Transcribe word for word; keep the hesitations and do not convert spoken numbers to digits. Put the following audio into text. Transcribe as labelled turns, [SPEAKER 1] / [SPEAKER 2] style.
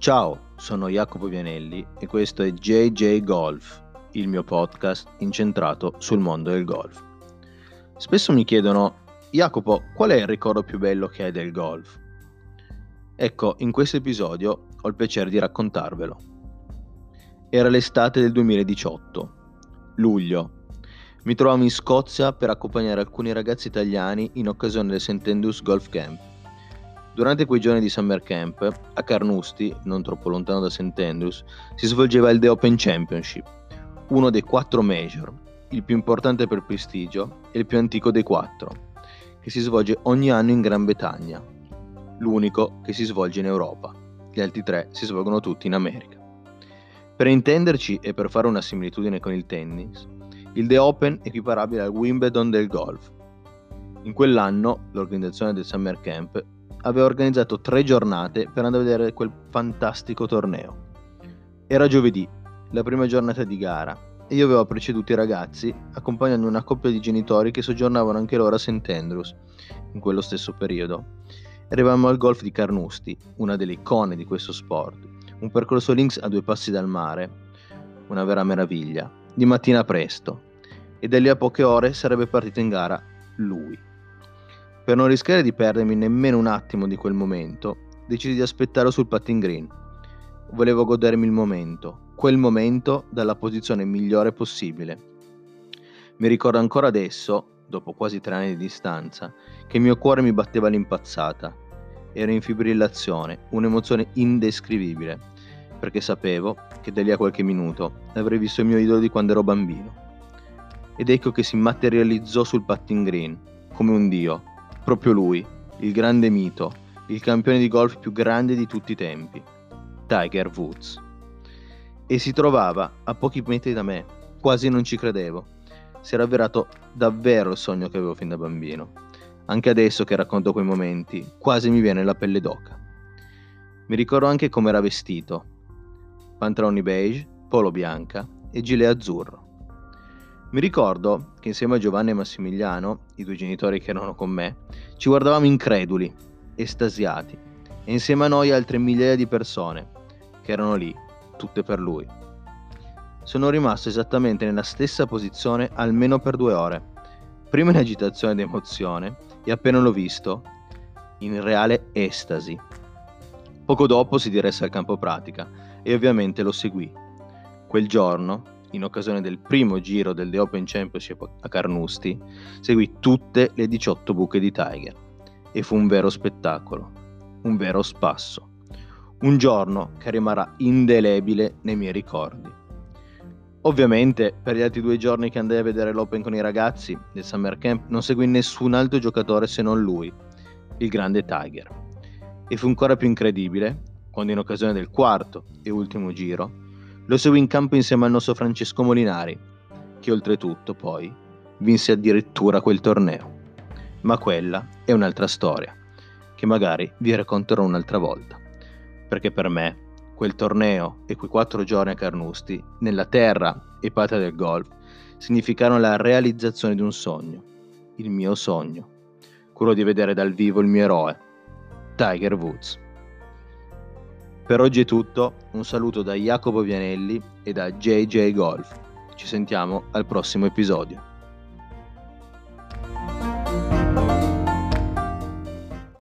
[SPEAKER 1] Ciao, sono Jacopo Vianelli e questo è J J Golf, il mio podcast incentrato sul mondo del golf. Spesso mi chiedono: Jacopo, qual è il ricordo più bello che hai del golf? Ecco, in questo episodio ho il piacere di raccontarvelo. Era l'estate del duemiladiciotto, luglio. Mi trovavo in Scozia per accompagnare alcuni ragazzi italiani in occasione del Saint Andrews Golf Camp. Durante quei giorni di Summer Camp, a Carnoustie, non troppo lontano da Saint Andrews, si svolgeva il The Open Championship, uno dei quattro major, il più importante per prestigio e il più antico dei quattro, che si svolge ogni anno in Gran Bretagna, l'unico che si svolge in Europa. Gli altri tre si svolgono tutti in America. Per intenderci e per fare una similitudine con il tennis, il The Open è equiparabile al Wimbledon del golf. In quell'anno, l'organizzazione del Summer Camp aveva organizzato tre giornate per andare a vedere quel fantastico torneo. Era giovedì, la prima giornata di gara, e io avevo preceduto i ragazzi accompagnando una coppia di genitori che soggiornavano anche loro a Saint Andrews in quello stesso periodo. Arrivavamo al golf di Carnoustie, una delle icone di questo sport, un percorso links a due passi dal mare, una vera meraviglia, di mattina presto, e da lì a poche ore sarebbe partito in gara lui. Per non rischiare di perdermi nemmeno un attimo di quel momento, decisi di aspettarlo sul putting green. Volevo godermi il momento, quel momento dalla posizione migliore possibile. Mi ricordo ancora adesso, dopo quasi tre anni di distanza, che il mio cuore mi batteva all'impazzata. Ero in fibrillazione, un'emozione indescrivibile, perché sapevo che da lì a qualche minuto avrei visto il mio idolo di quando ero bambino. Ed ecco che si materializzò sul putting green, come un dio. Proprio lui, il grande mito, il campione di golf più grande di tutti i tempi, Tiger Woods. E si trovava a pochi metri da me, quasi non ci credevo. Si era avverato davvero il sogno che avevo fin da bambino. Anche adesso che racconto quei momenti, quasi mi viene la pelle d'oca. Mi ricordo anche come era vestito: pantaloni beige, polo bianca e gilet azzurro. Mi ricordo che insieme a Giovanni e Massimiliano, i due genitori che erano con me, ci guardavamo increduli, estasiati, e insieme a noi altre migliaia di persone che erano lì, tutte per lui. Sono rimasto esattamente nella stessa posizione almeno per due ore, prima in agitazione ed emozione e appena l'ho visto, in reale estasi. Poco dopo si diresse al campo pratica e ovviamente lo seguì. Quel giorno, in occasione del primo giro del The Open Championship a Carnoustie, seguì tutte le diciotto buche di Tiger e fu un vero spettacolo, un vero spasso, un giorno che rimarrà indelebile nei miei ricordi. Ovviamente, per gli altri due giorni che andai a vedere l'Open con i ragazzi del Summer Camp, non seguì nessun altro giocatore se non lui, il grande Tiger. E fu ancora più incredibile quando, in occasione del quarto e ultimo giro, lo seguì in campo insieme al nostro Francesco Molinari, che oltretutto poi vinse addirittura quel torneo. Ma quella è un'altra storia, che magari vi racconterò un'altra volta, perché per me quel torneo e quei quattro giorni a Carnoustie, nella terra e patria del golf, significarono la realizzazione di un sogno, il mio sogno, quello di vedere dal vivo il mio eroe, Tiger Woods. Per oggi è tutto, un saluto da Jacopo Vianelli e da J J Golf. Ci sentiamo al prossimo episodio.